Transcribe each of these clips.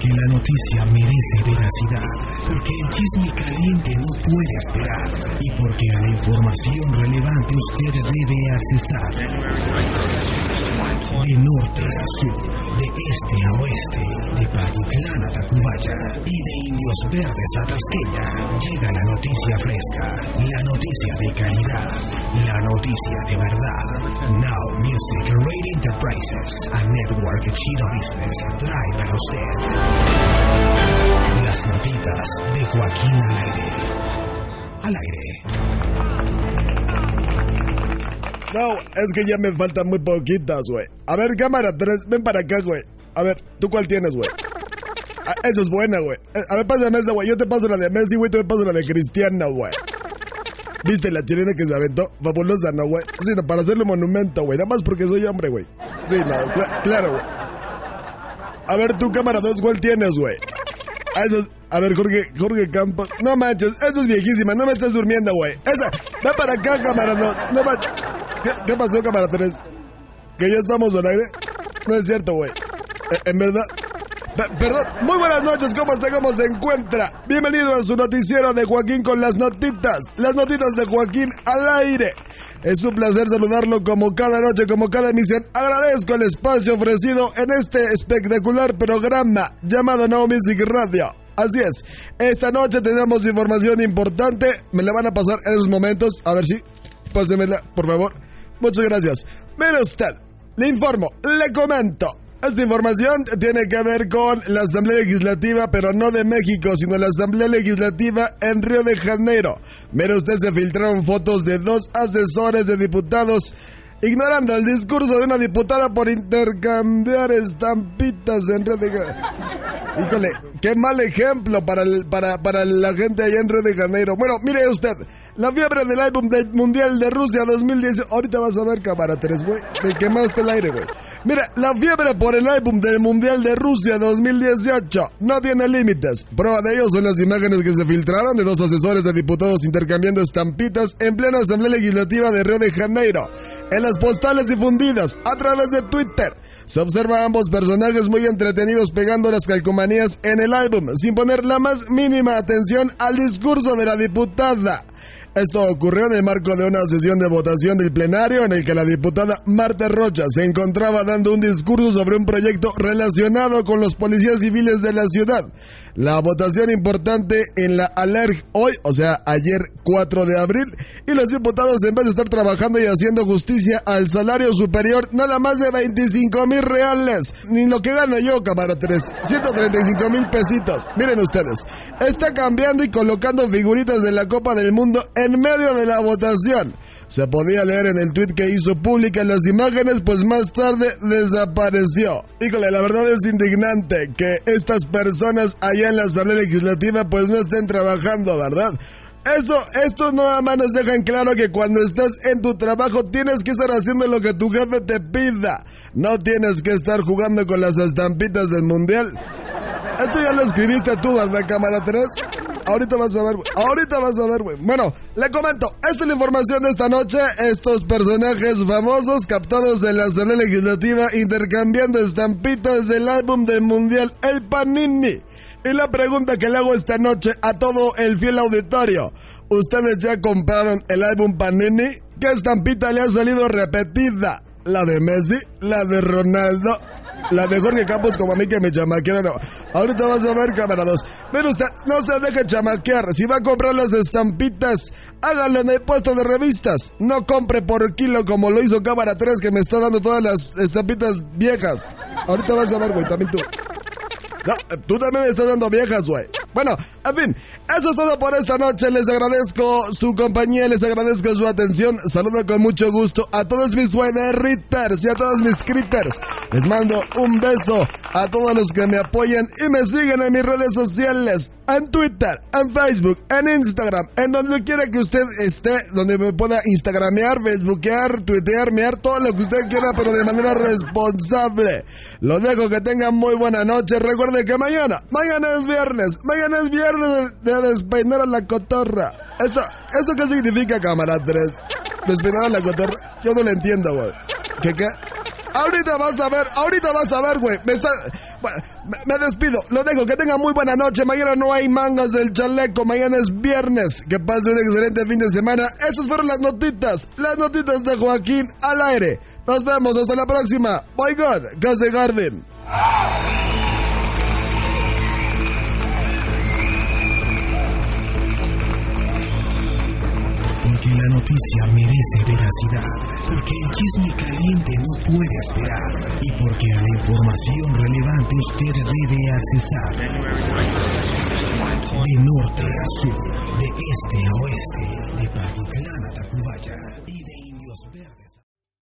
Porque la noticia merece veracidad, porque el chisme caliente no puede esperar y porque a la información relevante usted debe accesar. De norte a sur, de este a oeste, de Patitlán a Tacubaya y de Indios Verdes a Tasqueña, llega la noticia fresca, la noticia de calidad, la noticia de verdad. Now Music Radio Enterprises, a network Chido Business, trae para usted las notitas de Joaquín al aire. Al aire. No, es que ya me faltan muy poquitas, güey. A ver, cámara 3, ven para acá, güey. A ver, ¿tú cuál tienes, güey? Esa es buena, güey. A ver, pásame esa, güey. Yo te paso la de Messi, güey, tú me pasas la de Cristiano, güey. ¿Viste la chilena que se aventó? Fabulosa, ¿no, güey? Sí, no, para hacerle monumento, güey. Nada más porque soy hombre, güey. Sí, no, claro, güey. A ver, tú, cámara 2, ¿cuál tienes, güey? A ver, Jorge Campos. No manches, esa es viejísima. No me estás durmiendo, güey. Esa, ve para acá, cámara 2. No manches. ¿Qué pasó, cámara 3? ¿Que ya estamos al aire? No es cierto, güey. En verdad. Perdón. Muy buenas noches, ¿cómo está? ¿Cómo se encuentra? Bienvenido a su noticiero de Joaquín con las notitas. Las notitas de Joaquín al aire. Es un placer saludarlo como cada noche, como cada emisión. Agradezco el espacio ofrecido en este espectacular programa llamado Now Music Radio. Así es. Esta noche tenemos información importante. Me la van a pasar en esos momentos. A ver si. Pásemela, por favor. Muchas gracias. Mire usted, le informo, le comento. Esta información tiene que ver con la Asamblea Legislativa, pero no de México, sino la Asamblea Legislativa en Río de Janeiro. Mire usted, se filtraron fotos de 2 asesores de diputados ignorando el discurso de una diputada por intercambiar estampitas en Río de Janeiro. Híjole, qué mal ejemplo para la gente allá en Río de Janeiro. Bueno, mire usted, la fiebre del álbum del Mundial de Rusia 2010. Ahorita vas a ver, cámara 3, güey. Me quemaste el aire, güey. Mira, la fiebre por el álbum del Mundial de Rusia 2018 no tiene límites. Prueba de ello son las imágenes que se filtraron de 2 asesores de diputados intercambiando estampitas en plena Asamblea Legislativa de Río de Janeiro. En las postales difundidas a través de Twitter, se observa a ambos personajes muy entretenidos pegando las calcomanías en el álbum, sin poner la más mínima atención al discurso de la diputada. Esto ocurrió en el marco de una sesión de votación del plenario en el que la diputada Marta Rocha se encontraba dando un discurso sobre un proyecto relacionado con los policías civiles de la ciudad. La votación importante en la ALERJ hoy, o sea, ayer 4 de abril, y los diputados en vez de estar trabajando y haciendo justicia al salario superior, nada más de 25,000 reales. Ni lo que gano yo, cámara 3, 135,000 pesitos. Miren ustedes, está cambiando y colocando figuritas de la Copa del Mundo en medio de la votación. Se podía leer en el tuit que hizo públicas las imágenes, pues más tarde desapareció. Híjole, la verdad es indignante que estas personas allá en la Asamblea Legislativa pues no estén trabajando, ¿verdad? Esto nada más nos deja en claro que cuando estás en tu trabajo tienes que estar haciendo lo que tu jefe te pida. No tienes que estar jugando con las estampitas del Mundial. Esto ya lo escribiste tú, ¿verdad, cámara 3? Ahorita vas a ver, güey. Bueno, le comento, esta es la información de esta noche. Estos personajes famosos captados en la Asamblea Legislativa intercambiando estampitas del álbum del Mundial, el Panini. Y la pregunta que le hago esta noche a todo el fiel auditorio: ¿ustedes ya compraron el álbum Panini? ¿Qué estampita le ha salido repetida? ¿La de Messi? ¿La de Ronaldo? La de Jorge Campos, como a mí que me chamaquearon. No. Ahorita vas a ver, cámara 2. Mire usted, no se deje chamaquear. Si va a comprar las estampitas, hágalo en el puesto de revistas. No compre por kilo como lo hizo cámara 3, que me está dando todas las estampitas viejas. Ahorita vas a ver, güey, también tú. No, tú también me estás dando viejas, güey. Bueno, en fin, eso es todo por esta noche. Les agradezco su compañía, les agradezco su atención. Saludo con mucho gusto a todos mis Ritters y a todos mis critters. Les mando un beso a todos los que me apoyan y me siguen en mis redes sociales. En Twitter, en Facebook, en Instagram, en donde quiera que usted esté, donde me pueda instagramear, facebookear, tuitearmear, todo lo que usted quiera, pero de manera responsable. Lo dejo, que tengan muy buena noche. Recuerde que mañana es viernes de despeinar a la cotorra. ¿Esto qué significa, cámara 3? Despeinar a la cotorra, yo no lo entiendo, güey. ¿Qué? Ahorita vas a ver, güey. Me despido, lo dejo, que tenga muy buena noche. Mañana no hay mangas del chaleco, mañana es viernes. Que pase un excelente fin de semana. Estas fueron las notitas de Joaquín al aire. Nos vemos, hasta la próxima. Bye God, Case Garden. Porque la noticia merece veracidad, porque el chisme caliente no puede esperar y porque a la información relevante usted debe accesar. De norte a sur, de este a oeste, de Pantitlán a Tacubaya y de Indios Verdes.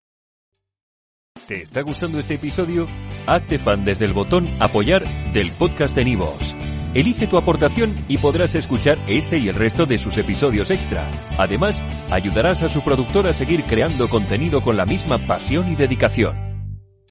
¿Te está gustando este episodio? Hazte fan desde el botón Apoyar del podcast de Nivos. Elige tu aportación y podrás escuchar este y el resto de sus episodios extra. Además, ayudarás a su productor a seguir creando contenido con la misma pasión y dedicación.